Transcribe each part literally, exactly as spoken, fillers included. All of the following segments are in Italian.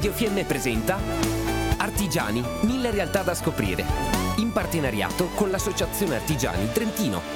Radio F M presenta Artigiani, mille realtà da scoprire, in partenariato con l'Associazione Artigiani Trentino.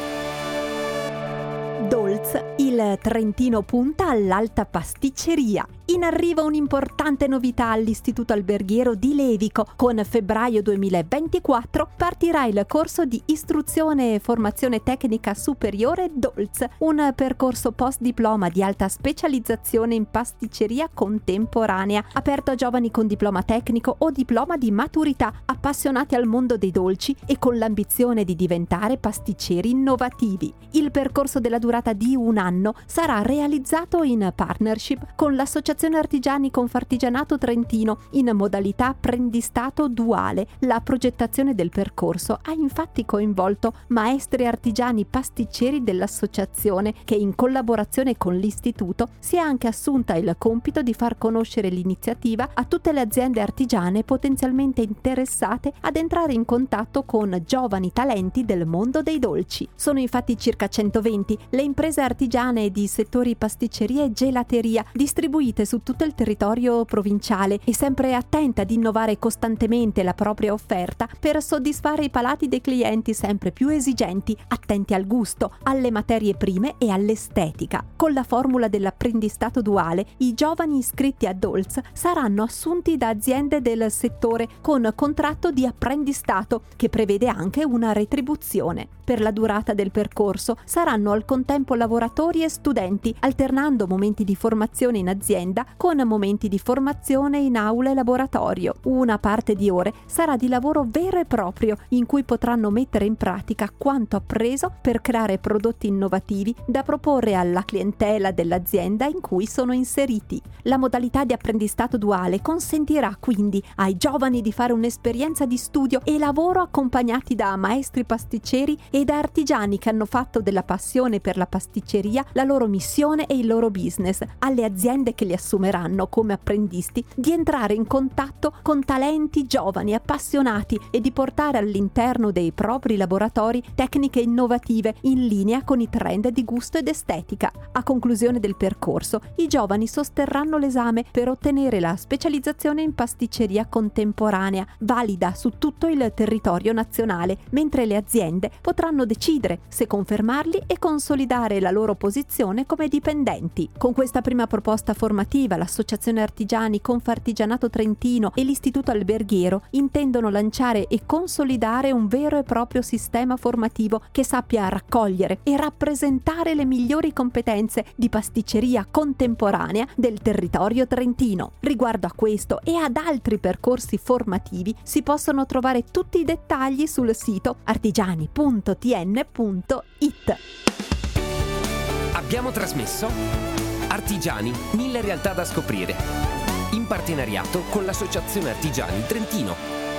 Dolz, il Trentino punta all'alta pasticceria. In arrivo un'importante novità all'Istituto Alberghiero di Levico. Con febbraio duemilaventiquattro partirà il corso di istruzione e formazione tecnica superiore Dolz, un percorso post diploma di alta specializzazione in pasticceria contemporanea, aperto a giovani con diploma tecnico o diploma di maturità, appassionati al mondo dei dolci e con l'ambizione di diventare pasticceri innovativi. Il percorso della durata di un anno sarà realizzato in partnership con l'Associazione Artigiani Confartigianato Trentino in modalità apprendistato duale. La progettazione del percorso ha infatti coinvolto maestri artigiani pasticceri dell'associazione, che in collaborazione con l'istituto si è anche assunta il compito di far conoscere l'iniziativa a tutte le aziende artigiane potenzialmente interessate ad entrare in contatto con giovani talenti del mondo dei dolci. Sono infatti circa centoventi le imprese artigiane di settori pasticceria e gelateria distribuite su tutto il territorio provinciale e sempre attenta ad innovare costantemente la propria offerta per soddisfare i palati dei clienti sempre più esigenti, attenti al gusto, alle materie prime e all'estetica. Con la formula dell'apprendistato duale, i giovani iscritti a Dolz saranno assunti da aziende del settore con contratto di apprendistato che prevede anche una retribuzione. Per la durata del percorso saranno al contempo lavoratori e studenti, alternando momenti di formazione in azienda con momenti di formazione in aula e laboratorio. Una parte di ore sarà di lavoro vero e proprio, in cui potranno mettere in pratica quanto appreso per creare prodotti innovativi da proporre alla clientela dell'azienda in cui sono inseriti. La modalità di apprendistato duale consentirà quindi ai giovani di fare un'esperienza di studio e lavoro accompagnati da maestri pasticceri e da artigiani che hanno fatto della passione per la pasticceria la loro missione e il loro business. Alle aziende che li assumeranno come apprendisti di entrare in contatto con talenti giovani appassionati e di portare all'interno dei propri laboratori tecniche innovative in linea con i trend di gusto ed estetica. A conclusione del percorso, i giovani sosterranno l'esame per ottenere la specializzazione in pasticceria contemporanea, valida su tutto il territorio nazionale, mentre le aziende potranno decidere se confermarli e consolidare la loro posizione come dipendenti. Con questa prima proposta formativa, l'Associazione Artigiani Confartigianato Trentino e l'Istituto Alberghiero intendono lanciare e consolidare un vero e proprio sistema formativo che sappia raccogliere e rappresentare le migliori competenze di pasticceria contemporanea del territorio trentino. Riguardo a questo e ad altri percorsi formativi si possono trovare tutti i dettagli sul sito artigiani punto t n punto i t. Abbiamo trasmesso Artigiani, mille realtà da scoprire, in partenariato con l'Associazione Artigiani Trentino.